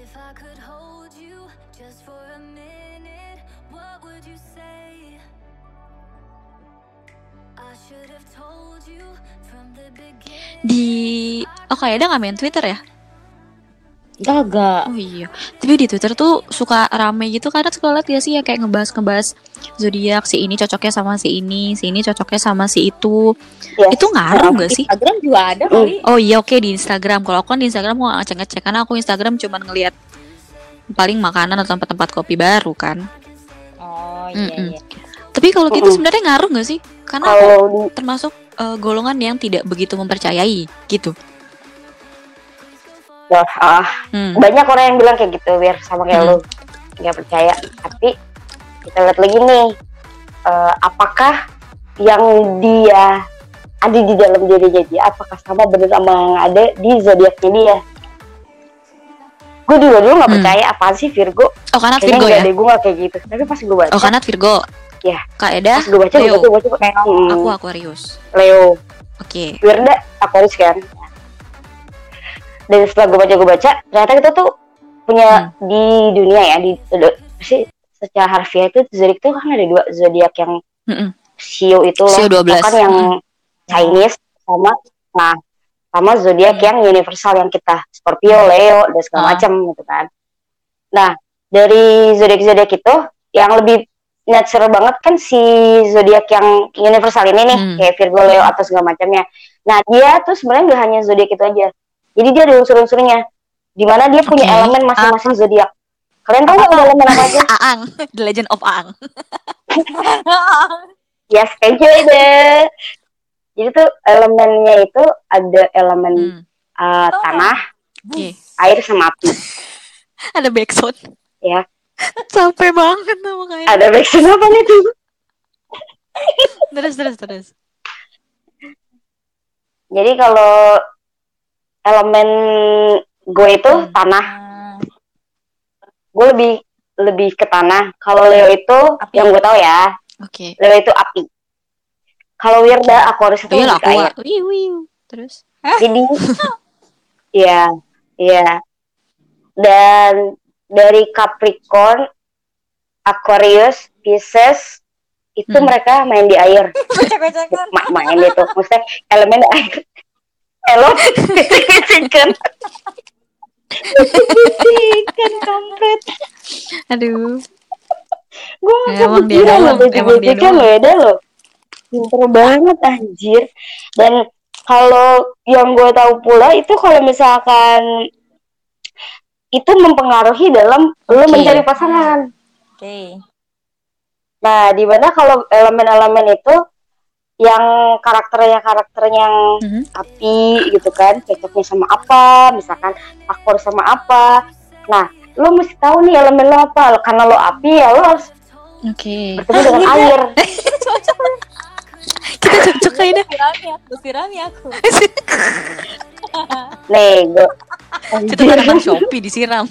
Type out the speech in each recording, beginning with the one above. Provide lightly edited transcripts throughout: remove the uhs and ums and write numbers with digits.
Kayak ada nggak main Twitter ya? Gak. Oh iya. Tapi di Twitter tuh suka rame gitu karena suka lihat ya sih ya kayak ngebahas zodiak, si ini cocoknya sama si ini cocoknya sama si itu. Yes. Itu ngaruh nggak sih? Instagram juga ada kali. Oh iya oke, di Instagram. Kalau aku kan di Instagram mau ngecek karena aku Instagram cuma ngelihat paling makanan atau tempat-tempat kopi baru kan. Oh iya. Tapi kalau gitu sebenarnya ngaruh nggak sih? Karena aku termasuk golongan yang tidak begitu mempercayai gitu. Banyak orang yang bilang kayak gitu, biar sama kayak lu nggak percaya. Tapi kita lihat lagi nih, apakah yang dia ada di dalam dirinya dia, apakah sama benar sama yang ada di zodiaknya dia? Gue dulu nggak percaya apaan sih Virgo. Oh karena Virgo ya? Gue nggak kayak gitu. Tapi pas gue baca. Oh karena Virgo. Ya. Kak Eda. Pas gue baca, aku Aquarius. Leo. Oke. Wirda Aquarius kan. Dan setelah gue baca, ternyata kita tuh punya di dunia ya, secara harfiah itu zodiak itu kan ada 2 zodiak yang Shio itu loh, kan yang Chinese sama zodiak yang universal yang kita Scorpio, Leo dan segala macam gitu kan. Nah dari zodiak itu yang lebih natural banget kan si zodiak yang universal ini nih, kayak Virgo, Leo atau segala macamnya. Nah dia tuh sebenarnya nggak hanya zodiak itu aja. Jadi dia ada unsur-unsurnya, di mana dia punya elemen masing-masing zodiak. Kalian tahu nggak elemen apa aja? Aang, The Legend of Aang. Yes, thank you Ida. Jadi tuh elemennya itu ada elemen tanah, air sama api. Ada backsound. Ya. Capek banget nama kayaknya. Ada backsound apa nih tuh? Terus. Jadi kalau elemen gue itu tanah, gue lebih ke tanah. Kalau Leo itu api. Yang gue tahu ya, Leo itu api. Kalau Wirda Aquarius itu lebih ke air. Terus? Jadi, iya. Dan dari Capricorn, Aquarius, Pisces itu mereka main di air. Main itu, maksudnya elemen air. Kecek-kecekan kampret. Aduh. Gue gak kepikiran loh bece-becekan loh ya loh. Pinter banget anjir. Dan kalau yang gue tahu pula itu kalau misalkan itu mempengaruhi dalam lo mencari pasangan. Nah dimana kalau elemen-elemen itu yang karakternya yang api gitu kan, cocoknya sama apa, misalkan Aquarius sama apa. Nah, lo mesti tahu nih elemen lo apa. Karena lo api ya lo harus bertemu dengan air. Kita cocok kayaknya. Sirami aku. Nih, gue. Kita tanaman Shopee disiram.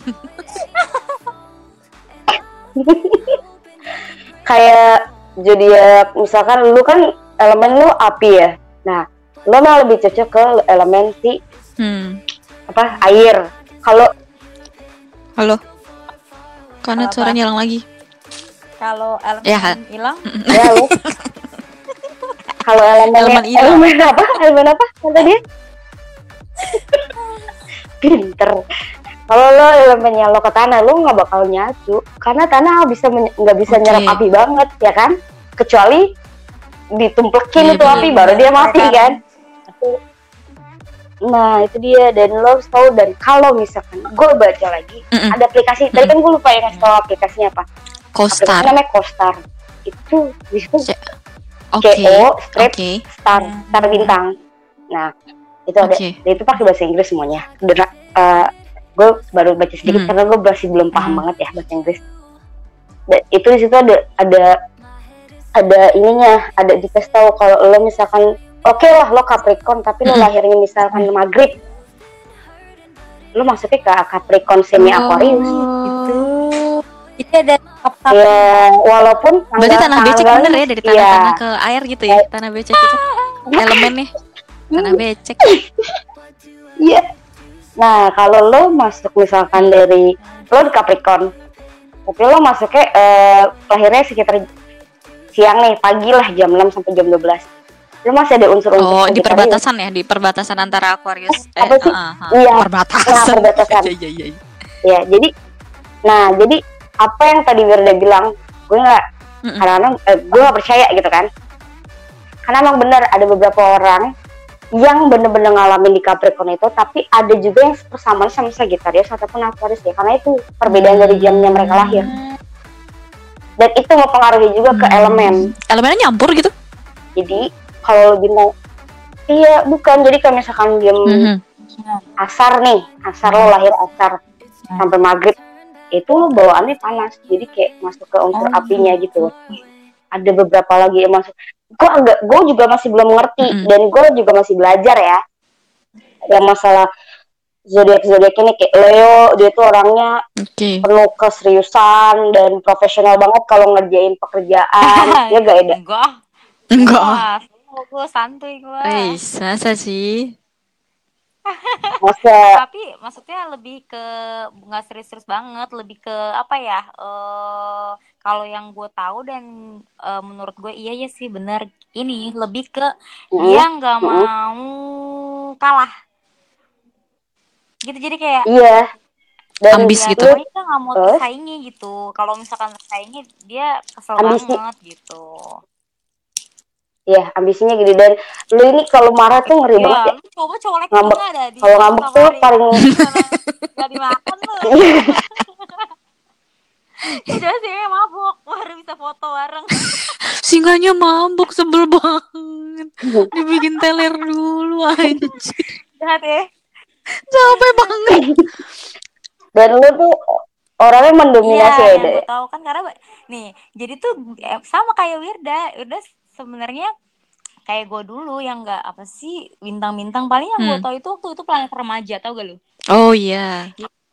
Kayak zodiak misalkan lu kan elemen lu api ya. Nah, lu malah lebih cocok ke elemen si air. Halo. Karena suaranya hilang lagi. Kalau elemen hilang? Ya lu. Kalau elemen apa? Elemen apa? Kata dia? Pinter. Kalau lo elemennya lo ke tanah, lo nggak bakal nyatu. Karena tanah nggak bisa nyerap api banget, ya kan? Kecuali ditumplekin itu api baru dia mati kan. Nah itu dia. Dan lo tahu, dan kalau misalkan gue baca lagi ada aplikasi tadi kan gue lupa ya ngasih tahu aplikasinya apa. CoStar. Namanya CoStar. Itu di situ star bintang. Nah itu ada. Itu pakai bahasa Inggris semuanya. Gue baru baca sedikit karena gue masih belum paham banget ya bahasa Inggris. Dan itu di situ ada ininya, ada dikasih tahu kalau lo misalkan oke lah lo Capricorn tapi lo lahirnya misalkan Maghrib, lo masuknya ke Capricorn semi Aquarius itu ada ya, walaupun berarti tanah becek bener ya, dari tanah ke air gitu ya, tanah becek itu elemennya tanah becek. Iya Nah, kalau lo masuk misalkan dari lo di Capricorn, tapi lo masuknya lahirnya sekitar siang nih, pagi lah jam 6 sampai jam 12. Lo masih ada unsur-unsur Oh, di perbatasan ya, di perbatasan antara Aquarius. Apa sih? Iya, perbatasan. Nah, perbatasan. Iya. Ya, jadi apa yang tadi Wirda bilang, gue nggak, kadang-kadang gue nggak percaya gitu kan. Karena emang benar ada beberapa orang yang bener-bener ngalamin di Capricorn itu, tapi ada juga yang persamaan sama Sagittarius ataupun Aquarius ya, karena itu perbedaan dari jamnya mereka lahir. Dan itu mempengaruhi juga ke elemen. Elemennya nyampur gitu? Jadi kalau lebih mau, iya bukan. Jadi kalau misalkan jam asar nih, lo lahir asar sampai maghrib, itu lo bawaannya panas. Jadi kayak masuk ke unsur apinya gitu. Ada beberapa lagi yang masuk. Gue juga masih belum ngerti dan gue juga masih belajar ya. Yang masalah zodiak ini kayak Leo, dia tuh orangnya penuh keseriusan dan profesional banget kalau ngerjain pekerjaan. Ya gak ada? Enggak. Gue santuy gue. Masa sih? Tapi maksudnya lebih ke nggak serius-serius banget, lebih ke apa ya? Kalau yang gue tahu dan menurut gue iya ya sih benar, ini lebih ke dia nggak mau kalah gitu, jadi kayak dan ambis gitu, dia nggak mau tersaingi gitu. Kalau misalkan tersaingi dia kesel banget gitu. Ya, ambisinya gede. Dan lu ini kalau marah tuh ngeri banget ya. Coba colek ngambek. Ada di kalau ngambek tuh paling gak dimakan tuh. Udah sih mabuk, baru bisa foto bareng. Singanya mabuk, sebel banget. Dibikin teler dulu anjir. Jahat ya. Capek banget. Dan lu tuh orangnya mendominasi ya, gue tahu kan, karena nih, jadi tuh sama kayak Wirda sebenarnya kayak gue dulu yang nggak apa sih bintang-bintang, paling yang gue tahu itu waktu itu Planet Remaja, tau gak lu? Oh iya.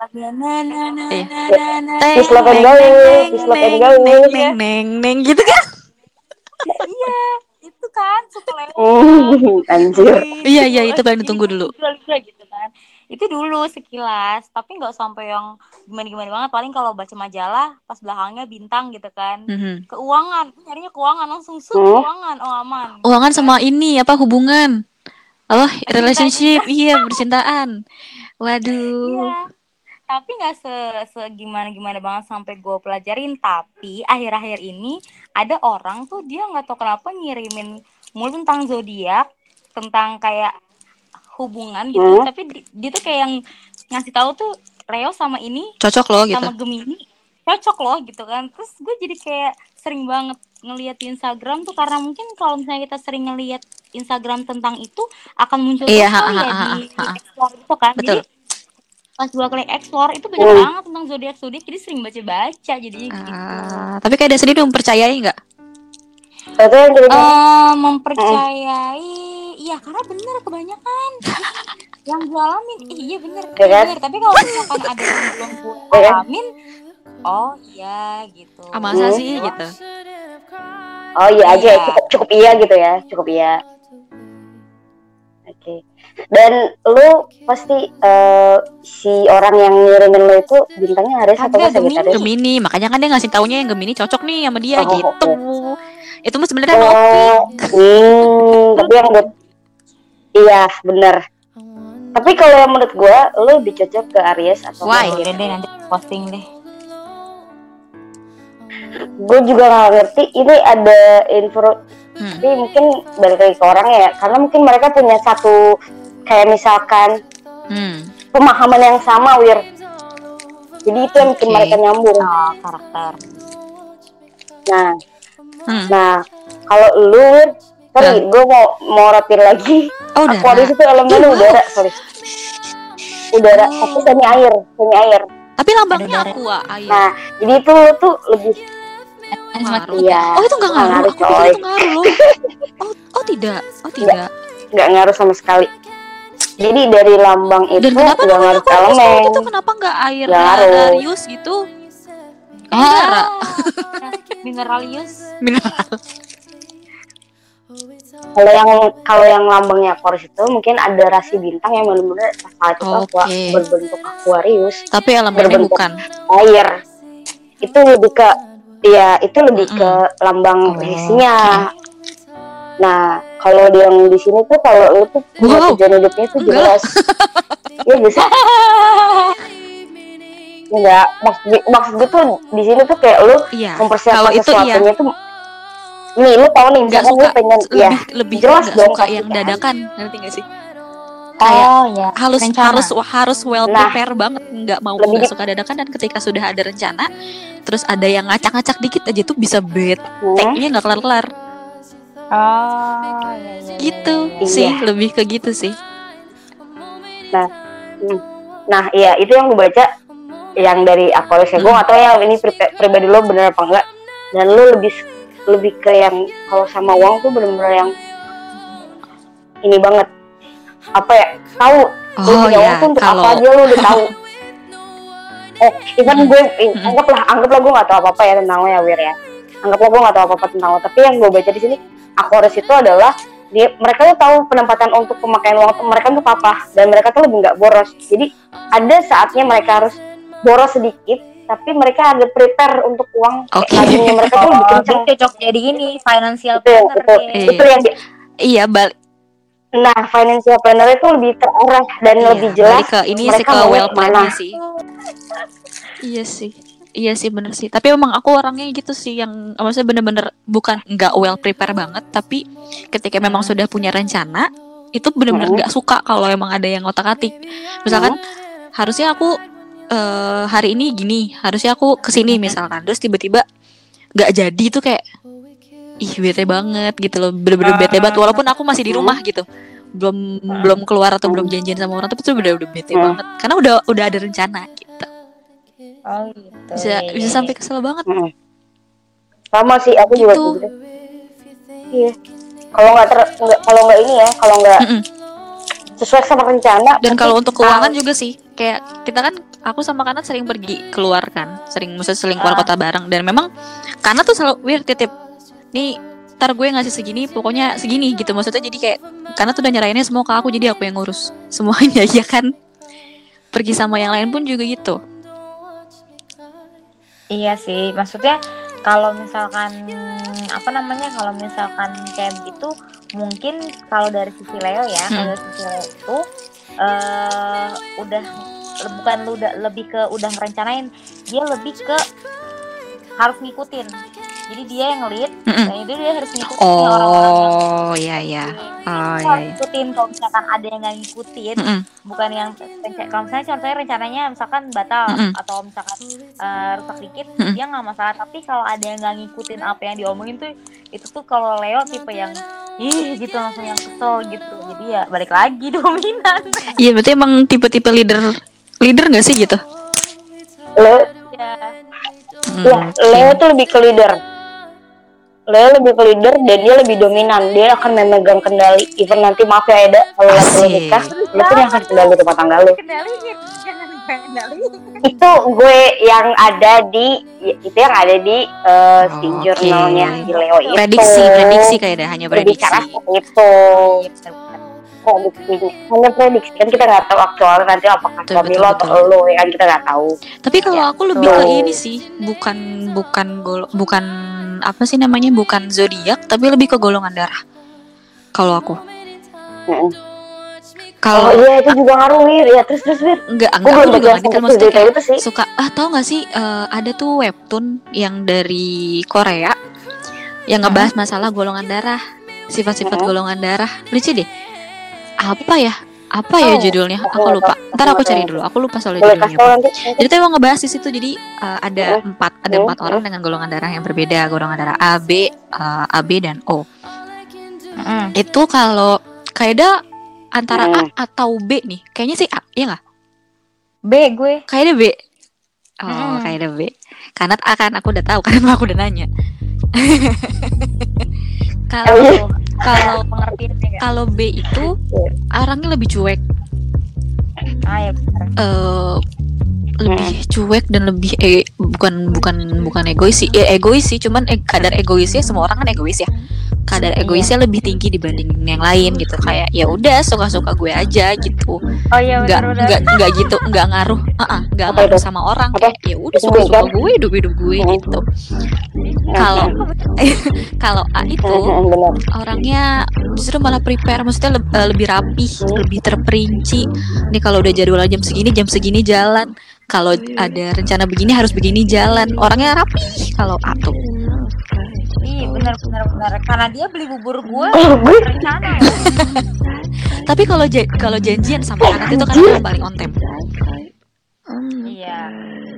Love and Go neng gitu kan? Iya, itu kan suka lewat. Anjir. Iya itu paling ditunggu dulu. Gitu kan. Itu dulu sekilas, tapi nggak sampai yang gimana banget. Paling kalau baca majalah pas belakangnya bintang gitu kan. Keuangan, nyarinya keuangan langsung keuangan, aman. Keuangan sama ini apa hubungan? Relationship, iya percintaan. Waduh. Iya. Tapi nggak gimana banget sampai gue pelajarin. Tapi akhir-akhir ini ada orang tuh dia nggak tahu kenapa ngirimin mulu tentang zodiak, tentang kayak hubungan gitu, tapi dia tuh kayak yang ngasih tahu tuh Leo sama ini cocok loh gitu, sama Gemini cocok loh gitu kan. Terus gue jadi kayak sering banget ngelihat di Instagram tuh, karena mungkin kalau misalnya kita sering ngelihat Instagram tentang itu akan muncul di explore gitu kan. Betul. Jadi pas gue klik explore itu banyak banget tentang zodiak, jadi sering baca jadinya gitu. Tapi kayak ada sendiri mempercayai nggak? Mempercayai, iya karena bener kebanyakan yang gue alamin, iya bener. Tapi kalau misalkan ada yang belum gue alamin, oh iya gitu. Masa sih gitu? Oh iya aja, cukup iya gitu ya, cukup iya. Oke. Dan lu pasti si orang yang ngirimin lu itu bintangnya Aries atau Sagittarius? Gemini, makanya kan dia ngasih taunya yang Gemini cocok nih sama dia gitu. Itu mah sebenarnya topik. Tapi yang iya benar. Tapi kalau yang menurut gue, lu lebih cocok ke Aries atau Sagittarius? Deh nanti posting deh. Gue juga nggak ngerti. Ini ada info, tapi mungkin balik lagi ke orang ya, karena mungkin mereka punya satu kayak misalkan pemahaman yang sama, Wir. Jadi itu yang bikin mereka nyambung. Karakter. Nah, kalau lu, Wir, sorry, gue mau rapiin lagi. Aquarius itu elemennya udara, sorry. Udara, tapi semi air. Tapi lambangnya aqua, air. Nah, jadi itu tuh lebih ngaruh. Iya. Oh itu nggak ngaruh. Aku pikir itu ngaruh loh. Oh tidak. Nggak ngaruh sama sekali. Jadi dari lambang itu nggak ngaruh elemen. Itu kenapa nggak air Aquarius gitu? Mineralius. Mineral. Kalau yang lambangnya Aquarius itu mungkin ada rasi bintang yang benar-benar saat itu berbentuk Aquarius. Tapi elemennya bukan air. Itu lebih ke ke lambang isinya. Nah, kalau yang di sini tuh kalau lu tuh tujuan hidupnya tuh jelas. Iya bisa. Enggak, maksud gue tuh di sini tuh kayak lu mempersiapkan sesuatunya tuh. Nih lu tahu nih misalkan lu pengen lebih jelas dong suka yang dadakan, ngerti gak sih? Kayak harus well prepare banget, nggak suka dadakan, dan ketika sudah ada rencana terus ada yang ngacak-ngacak dikit aja tuh bisa bad take-nya nggak kelar-kelar. Gitu sih, lebih ke gitu sih. Nah iya itu yang gue baca yang dari Aquarius gue atau yang ini pribadi lo bener apa enggak, dan lo lebih ke yang kalau sama uang tuh bener-bener yang ini banget apa ya, tahu lo punya uang tuh untuk apa aja lo udah tahu. Even gue anggaplah gue nggak tahu apa-apa ya tentang lo ya Wir ya, anggaplah gue nggak tahu apa-apa tentang lo, tapi yang gue baca di sini Aquarius itu adalah mereka tuh tahu penempatan untuk pemakaian uang mereka untuk apa, dan mereka tuh lebih nggak boros. Jadi ada saatnya mereka harus boros sedikit, tapi mereka ada prepare untuk uang. Mereka tuh lebih kenceng. Cocok jadi ini financial planner. Itu yang Nah, financial planner itu lebih terarah dan lebih jelas. Ke ini sih ke well planning sih. Iya sih bener sih. Tapi emang aku orangnya gitu sih, yang maksudnya bener-bener bukan nggak well prepare banget, tapi ketika memang sudah punya rencana itu bener-bener nggak suka kalau emang ada yang otak-atik. Misalkan harusnya aku hari ini gini, harusnya aku kesini misalkan, terus tiba-tiba nggak jadi tuh kayak bete banget gitu loh, bener-bener bete banget walaupun aku masih di rumah gitu, belum keluar atau belum janjian sama orang, tapi tuh udah bete banget karena udah ada rencana gitu. Bisa sampai kesel banget. Sama sih aku juga gitu. Iya. Kalau nggak ini ya, kalau nggak sesuai sama rencana. Dan kalau untuk keuangan juga sih, kayak kita kan, aku sama Kana sering pergi keluar kan, sering keluar kota bareng, dan memang Kana tuh selalu titip nih, ntar gue ngasih segini, pokoknya segini gitu, maksudnya jadi kayak Kana tuh udah nyerahinnya semua ke aku, jadi aku yang ngurus semuanya ya kan. Pergi sama yang lain pun juga gitu. Iya sih, maksudnya kalau misalkan kalau misalkan kayak gitu, mungkin kalau dari sisi Leo ya, kalau dari sisi Leo itu lebih ke udah ngerencanain, dia lebih ke harus ngikutin. Jadi dia yang lead, dan dia harus ngikutin orang-orang. Iya. Ngikutin. Kalau misalkan ada yang nggak ngikutin, bukan yang kalau misalnya contohnya rencananya misalkan batal atau misalkan rusak dikit, dia nggak masalah. Tapi kalau ada yang nggak ngikutin apa yang diomongin tuh, itu tuh kalau Leo tipe yang gitu, langsung yang kesel gitu. Jadi ya balik lagi dominan. Iya, berarti emang tipe-tipe leader nggak sih gitu? Leo tuh lebih ke leader. Leo lebih ke leader dan dia lebih dominan. Dia akan memegang kendali. Even nanti maaf ya Eda, kalau lo nikah, lo pun yang akan kendali rumah tangga lo. Itu gue yang ada di si jurnalnya di Leo itu. Prediksi kayaknya hanya prediksi. Itu. Hanya prediksi kan, kita nggak tahu aktual nanti apakah suami lo atau lo ya kan, kita nggak tahu. Tapi kalau aku lebih ke ini sih, bukan apa sih namanya, bukan zodiak, tapi lebih ke golongan darah. Kalau aku. Kalau itu juga ngaruh ya, terus Wir. Enggak aku juga ngerti kan, maksudnya kayak suka tahu nggak sih, ada tuh webtoon yang dari Korea yang ngebahas masalah golongan darah, sifat-sifat golongan darah. Lucu deh. Apa ya judulnya? Aku lupa. Ntar aku cari dulu. Aku lupa soal judulnya. Jadi tuh emang ngebahas di situ. Jadi ada empat orang dengan golongan darah yang berbeda. Golongan darah A, B dan O. Itu kalau kayaknya antara A atau B nih. Kayaknya sih A, iya nggak? B gue. Kayaknya B. Kayaknya B. Karena A kan aku udah tahu, karena aku udah nanya. Kalau B itu orangnya lebih cuek. Lebih cuek dan lebih bukan egois sih. Egois sih, cuman kadar egoisnya semua orang kan egois ya. kadar egoisnya lebih tinggi dibanding yang lain gitu. Kayak ya udah suka-suka gue aja gitu. Oh iya benar-benar. Nggak gitu, nggak ngaruh, nggak ngaruh sama orang. Ya udah suka-suka gue, hidup gue gitu. Kalau A itu orangnya justru malah prepare, maksudnya lebih rapih, lebih terperinci. Nih kalau udah jadwal jam segini jalan. Kalau ada rencana begini harus begini jalan. Orangnya rapi kalau A tuh. Iya benar. Karena dia beli bubur gue rencana. Tapi kalau janjian sama anak itu kan yang paling on time. Iya.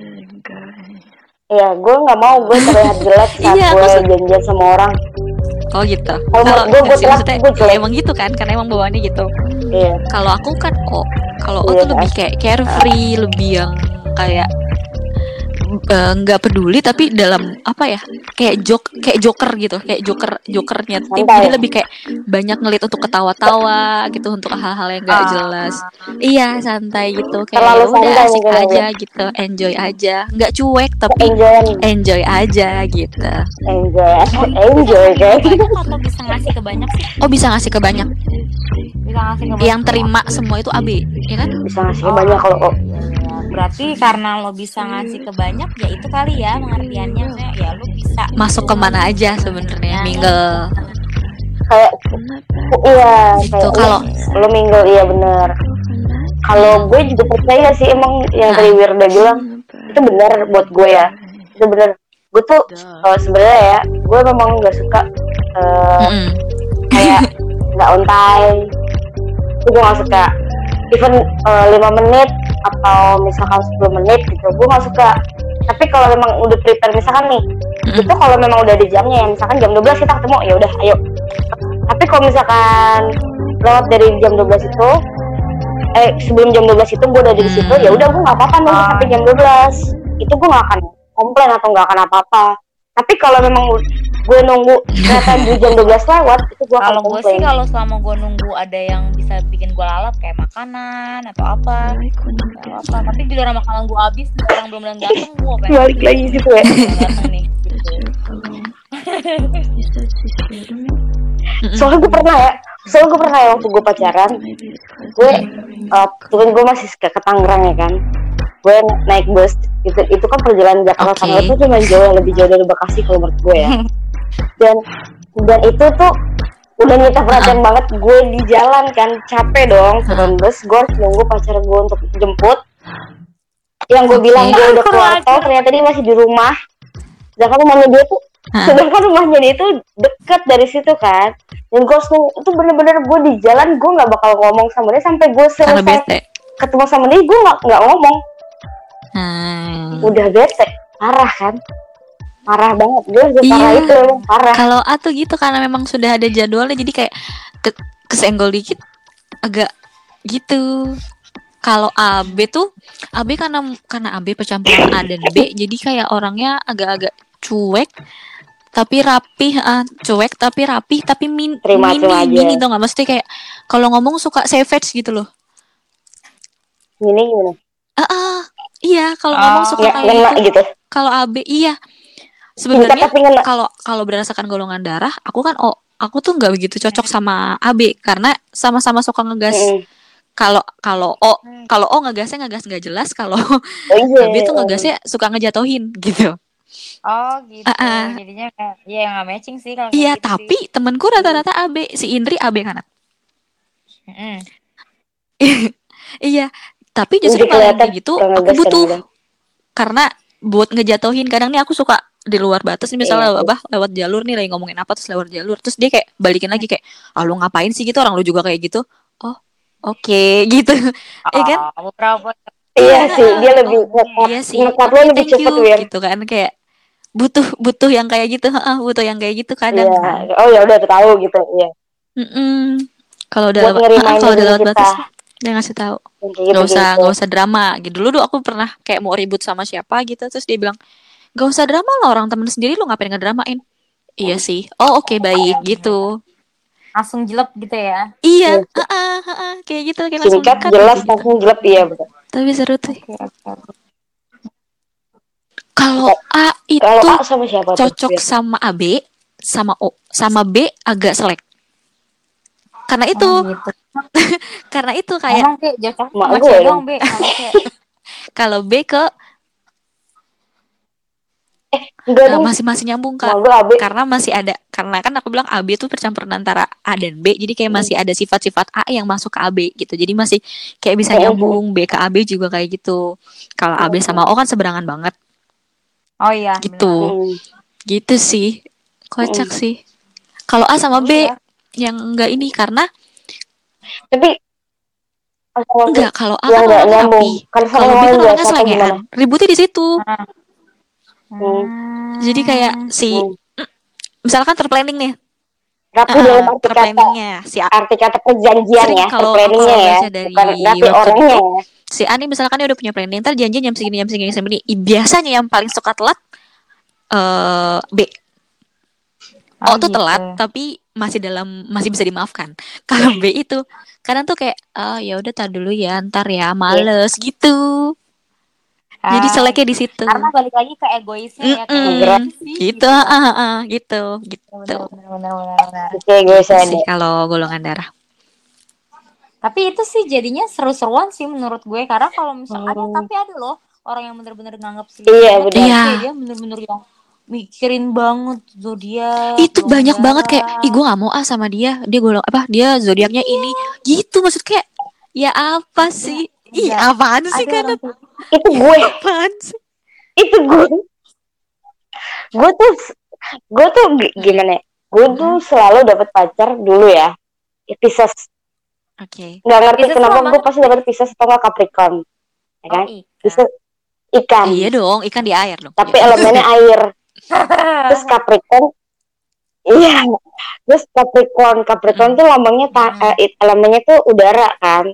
Iya, gue nggak mau gue terlihat jelek saat gue janjian sama orang. Oh gitu. Kalau gue emang gitu kan, karena emang bawaannya gitu. Iya. Kalau aku kan kalau tuh lebih kayak carefree, lebih yang kayak nggak peduli tapi dalam apa ya, kayak joker gitu, kayak jokernya tim. Jadi lebih kayak banyak ngelit untuk ketawa-tawa gitu, untuk hal-hal yang nggak jelas. Iya, santai gitu, kayak udah asik aja gitu, enjoy aja, nggak cuek tapi enjoy aja gitu. Enjoy guys. Atau bisa ngasih ke banyak sih? Oh, bisa ngasih ke banyak. Yang terima semua itu AB, ya kan? Bisa ngasih ke banyak kalau berarti karena lo bisa ngasih ke banyak, ya itu kali ya pengertiannya, ya lo bisa masuk kemana aja sebenarnya, mingle. Kayak iya, gitu. Kalau lo mingle, iya benar. Kalau gue juga percaya sih emang yang tadi Wirda bilang itu benar buat gue ya. Itu benar. Gue tuh sebenarnya ya, gue memang nggak suka kayak nggak on time. Gue nggak suka. Even 5 menit atau misalkan 10 menit gitu, gue gak suka. Tapi kalau memang udah prepare misalkan nih, itu kalau memang udah di jamnya ya, misalkan jam 12 kita ketemu, ya udah ayo. Tapi kalau misalkan lewat dari jam 12 itu, sebelum jam 12 itu gue udah di situ, ya udah gue gak apa-apa nunggu sampai jam 12. Itu gue gak akan komplain atau gak akan apa-apa. Tapi kalau memang gue nunggu ternyata di jam 12 lewat, itu gue akan komplain. Kalau gue sih, kalau selama gue nunggu ada yang bisa bikin gue lalap kayak makanan atau apa, tapi di luar makanan gue habis, orang belum datang, gue pengen balik lagi gitu ya. Datang nih gitu. Soalnya gue pernah ya waktu gue pacaran, gue masih ke Tangerang ya kan, gue naik bus itu kan perjalanan Jakarta Tangerang itu cuma lebih jauh dari Bekasi kalau menurut gue ya. dan itu tuh udah nyita perhatian banget. Gue di jalan kan capek dong turun bus, gue harus nunggu pacar gue untuk jemput. Yang gue bilang gue udah keluar tol, ternyata dia masih di rumah. Sedangkan rumahnya dia tuh deket dari situ kan. Dan gue itu bener-bener gue di jalan, gue nggak bakal ngomong sama dia sampai gue selesai ketemu sama dia, gue nggak ngomong. Udah bete, parah kan? Parah banget, gue parah itu emang parah. Kalau A tuh gitu, karena memang sudah ada jadwalnya, jadi kayak kesenggol dikit agak gitu. Kalau AB karena AB percampuran A dan B, jadi kayak orangnya agak-agak cuek tapi rapih, tapi mini tuh nggak, mesti kayak kalau ngomong suka savage gitu loh. Mini gimana? Iya, kalau ngomong suka kayak gitu. Kalau AB iya. Sebenarnya kalau berdasarkan golongan darah, aku tuh nggak begitu cocok sama AB karena sama-sama suka ngegas. Kalau O ngegasnya ngegas nggak jelas, kalau AB tuh ngegasnya suka ngejatohin gitu. Oh gitu. Jadinya ya nggak matching sih kalau. Iya, gitu tapi sih. Temenku rata-rata AB. Si Indri AB kanan. Iya, tapi justru kalau kayak gitu aku butuh. Karena buat ngejatuhin, kadang nih aku suka di luar batas nih, misalnya lewat jalur nih lagi ngomongin apa, terus lewat jalur, terus dia kayak balikin lagi kayak, lu ngapain sih gitu, orang lu juga kayak gitu. Oke, gitu. Iya kan? Iya sih, dia lebih ngekatnya lebih cepet gitu kan, kayak butuh yang kayak gitu, butuh yang kayak gitu kadang. Kan. Oh ya udah tahu gitu, iya. Kalau udah lewat batas, dia ngasih tahu. Nggak usah drama. Gitu dulu aku pernah kayak mau ribut sama siapa gitu, terus dia bilang, nggak usah drama lah, orang temen sendiri, lu ngapain ngedramain? Iya sih. Oke, baik gitu. Langsung jelek gitu ya? Iya, kayak gitu, kayak langsung jelas gitu. Langsung jelek, iya betul. Tapi seru tuh. Kalau A itu sama siapa cocok sama AB sama B agak selek. Karena itu. Gitu. Karena itu kayak kalau B ke masih nyambung Kak. Karena masih ada, karena kan aku bilang AB itu percampuran antara A dan B, jadi kayak masih ada sifat-sifat A yang masuk ke AB gitu. Jadi masih kayak bisa nyambung. B ke AB juga kayak gitu. Kalau AB sama O kan seberangan banget. Oh iya. Gitu. Gitu sih. Kocak sih. Kalau A sama B yang enggak ini karena tapi enggak, kalau A kan orangnya rapi. Kalau B kan orangnya selengean. Ributnya di situ. Jadi kayak misalkan terplanning nih. Rapi dalam arti terplanningnya arti kata perjanjian ya, terplanningnya ya. Dari orangnya ya. Si A nih misalkan dia udah punya planning, ntar janjian jam segini. Biasanya yang paling suka telat B. O tuh telat tapi masih bisa dimaafkan. Kalau B itu kadang tuh kayak ya udah tar dulu ya, ntar ya, males gitu. Jadi seleknya di situ. Karena balik lagi ke egoisnya ya, gitu. Benar. Oke, egois sih kalau golongan darah. Tapi itu sih jadinya seru-seruan sih menurut gue, karena kalau misalnya tapi ada loh orang yang bener-bener nganggap sih. Iya, dia bener-bener yang mikirin banget zodiak. Itu banyak banget kayak, gue gak mau sama dia dia zodiaknya ini gitu, maksud kayak ya apa sih? Apaan sih kan? Itu gue. Apaan sih? Itu gue tuh gimana ya? Gue tuh selalu dapat pacar dulu ya. Pisces. Oke. Nggak ngerti kenapa gue pasti dapat Pisces atau nggak Capricorn, ya kan? Pisces ikan. Iya dong, ikan di air dong. Tapi elemennya air. Terus Capricorn, iya. Terus Capricorn tuh lambangnya elemennya tuh udara kan.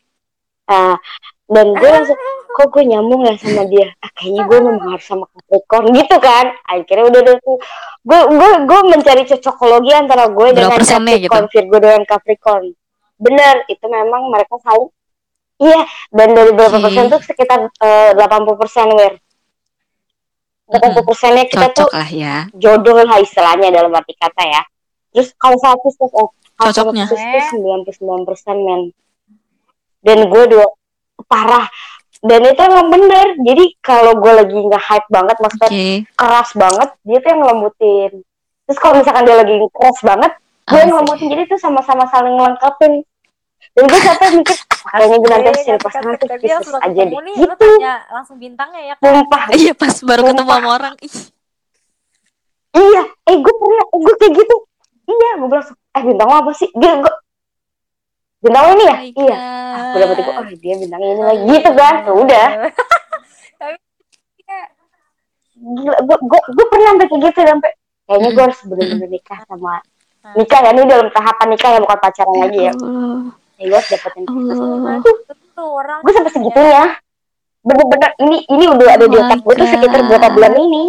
Dan gue langsung, kok gue nyambung ya sama dia? Kayaknya gue memang harus sama Capricorn gitu kan. Akhirnya udah tuh, gue mencari cocokologi antara gue dengan Capricorn, gitu? Virgo dengan Capricorn. Bener, itu memang mereka saling. Iya, dan dari berapa persen tuh sekitar 80% wir. 80%-nya kita cocok tuh lah ya. Jodoh lah istilahnya dalam arti kata ya. Terus kalau cocoknya 99% men. Dan gue parah. Dan itu emang bener. Jadi kalau gue lagi nggak hype banget, maksudnya keras banget, dia tuh yang ngelembutin. Terus kalau misalkan dia lagi keras banget, gue yang ngelembutin. Jadi tuh sama-sama saling ngelengkapin. Dan gue sampai mikir, kayaknya gue nanti harus cari pasangan tuh Pisces aja deh. Gitu. Langsung bintangnya ya. Sumpah. Iya, pas baru ketemu sama orang. Iya, gue kayak gitu. Iya, gue bilang, bintang apa sih? Bintang ini ya? Iya. Aku dapet itu, dia bintang ini lagi. Gitu kan, udah. Gue pernah sampai kayak gitu, sampai kayaknya gue harus bener-bener nikah sama nikah ya, ini dalam tahapan nikah ya, bukan pacaran lagi ya. Gue harus dapetin gue sampai segitunya. Bener-bener ini udah ada di otak gue tuh sekitar berapa bulan ini.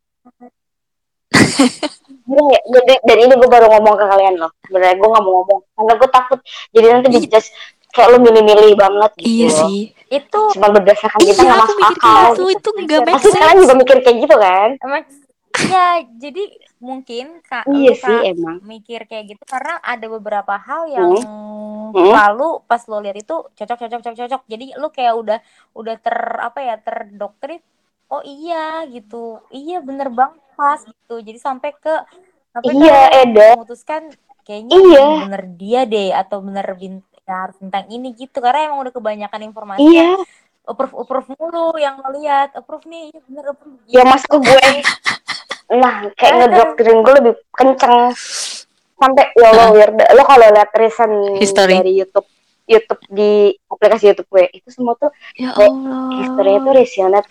Dan ini gue baru ngomong ke kalian loh. Bener, gue gak mau ngomong karena gue takut jadi nanti dijudge kayak lo milih-milih banget gitu. Iya sih. Itu cuma berdasarkan kita gak masuk akal gitu. Itu gak make sense. Kalian juga mikir kayak gitu kan? Iya, jadi mungkin emang mikir kayak gitu karena ada beberapa hal yang lalu pas lo lihat itu cocok. Jadi lo kayak udah terdoktrin. Oh iya gitu. Iya bener banget pas gitu. Jadi sampai memutuskan kayaknya bener dia deh atau bener harus tentang ini gitu karena emang udah kebanyakan informasi. Approve mulu yang ngeliat approve nih, bener approve. Ya masuk ke gue. Nah, kayak ngedoktrin gue lebih kenceng sampai ya Allah lo kalau lihat recent dari YouTube di aplikasi YouTube gue itu semua tuh historinya tuh resionat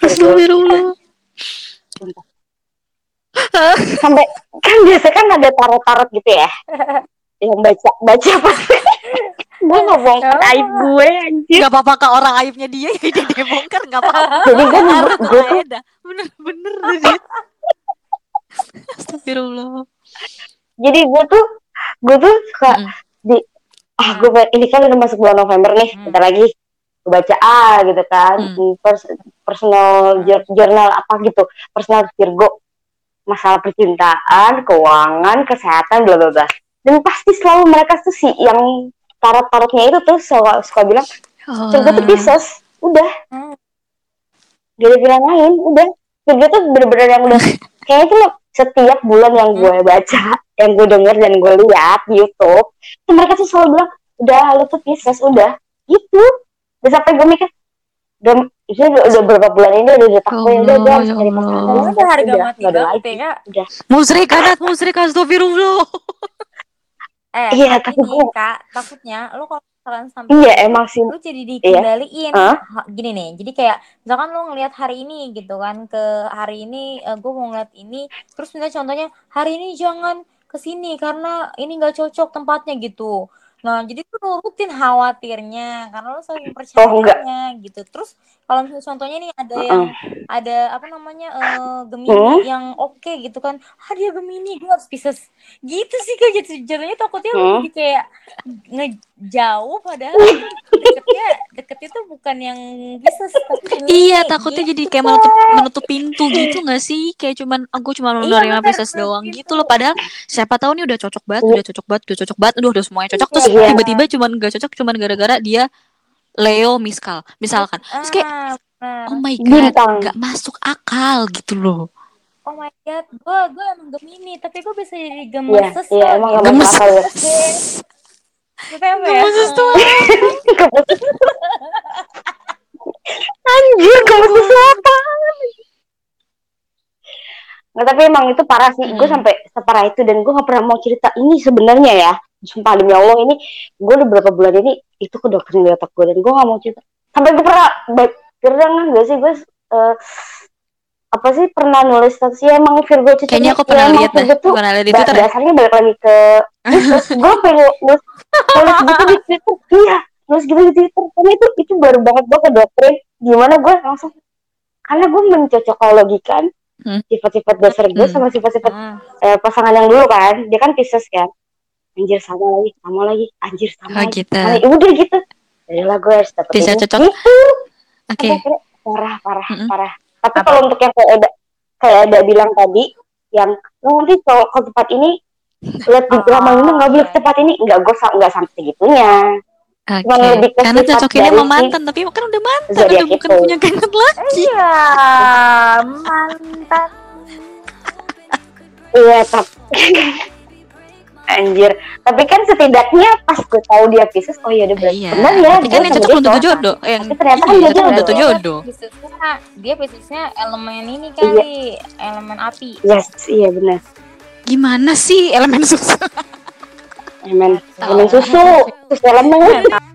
sampai kan biasa kan ada tarot gitu ya yang baca pasti gue nggak bongkar aib gue anjir. Nggak apa-apa ke orang aibnya dia bongkar nggak apa-apa. Jadi gue bener Astagfirullah. Jadi gue tuh suka ini kan udah masuk bulan November nih, bentar lagi gue baca gitu kan, personal journal apa gitu, personal Virgo. masalah percintaan, keuangan, kesehatan, bla bla bla. Dan pasti selalu mereka tuh si yang tarot-tarotnya itu tuh suka bilang, gue tuh Pisces, udah. Gak ada bilang lain, udah. Gue tuh bener-bener yang udah, kayaknya tuh setiap bulan yang gue baca, yang gue denger dan gue lihat di YouTube, mereka tuh selalu bilang, udah lu tuh Pisces, udah. Gitu. Dan sampai gue mikir, udah berapa bulan ini udah takut ya udah harus cari pasangan. Udah harga mati banget ya. Udah. Musrik astagfirullah. Iya, tapi gue Kak, takutnya lu kalau misalkan sampai emang sih lu jadi dikendaliin. Gini nih, jadi kayak misalkan lu ngelihat hari ini gitu kan, ke hari ini gue mau ngeliat ini, terus misalnya contohnya hari ini jangan kesini karena ini nggak cocok tempatnya gitu. Nah, jadi tuh nurutin khawatirnya karena lo saking percayanya gitu. Terus kalau misalnya contohnya nih ada yang ada apa namanya Gemini yang oke gitu kan. Dia Gemini, gue harus Pisces. Gitu sih kayak jadinya takutnya lo jadi kayak ngejauh padahal deketnya tuh bukan yang Pisces. Iya, takutnya jadi kayak menutup pintu gitu nggak sih? Kayak gue cuma menerima Pisces doang gitu loh. Padahal siapa tahu nih udah cocok banget, udah semuanya cocok. Terus tiba-tiba cuman gak cocok cuman gara-gara dia Leo misalkan. Terus kayak oh my god, gak masuk akal gitu loh. Oh my god, gue emang Gemini, tapi gue bisa jadi gemeses. Iya, emang gemeses. Gemeses tuh anjir, gemeses apa? Nggak, tapi emang itu parah sih. Gue sampai separah itu dan gue nggak pernah mau cerita ini sebenarnya ya. Sumpah demi Allah, ini gue udah berapa bulan ini itu ke dokter di otak gue dan gue nggak mau cerita. Sampai gue pernah gak sih gue apa sih pernah nulis status ya emang Virgo itu. Kayaknya aku pernah lihat deh. Pernah lihat itu dasarnya balik lagi ke gue pengen nulis gitu di Twitter. Iya, nulis gitu di Twitter. Karena itu baru banget gue ke dokter. Gimana gue langsung karena gue mencocokologikan sifat-sifat dasar gue sama sifat-sifat pasangan yang dulu kan. Dia kan Pisces kan. Anjir sama lagi. Anjir sama lagi. Gitu. Udah gitu. Jadilah gue harus dapet bisa cocok. Gitu. Oke. Parah. Tapi kalau untuk yang kayak ada bilang tadi, yang nanti kalau ke tempat ini lihat di lama ini nggak boleh ke tempat ini, nggak sampai segitunya. Okay. Karena cocokinnya sama mantan, tapi kan udah mantan, udah bukan punya kangen lagi. Iya, mantan. Iya, anjir. Tapi kan setidaknya pas gue tahu dia Pisces, oh iya udah berarti benar ya. Tapi kan yang cocok belum tentu jodoh. Tapi ternyata kan dia belum tentu jodoh. Dia Piscesnya elemen ini kali, elemen api. Yes, iya benar. Gimana sih elemen susu? Elemen susu, terus elemen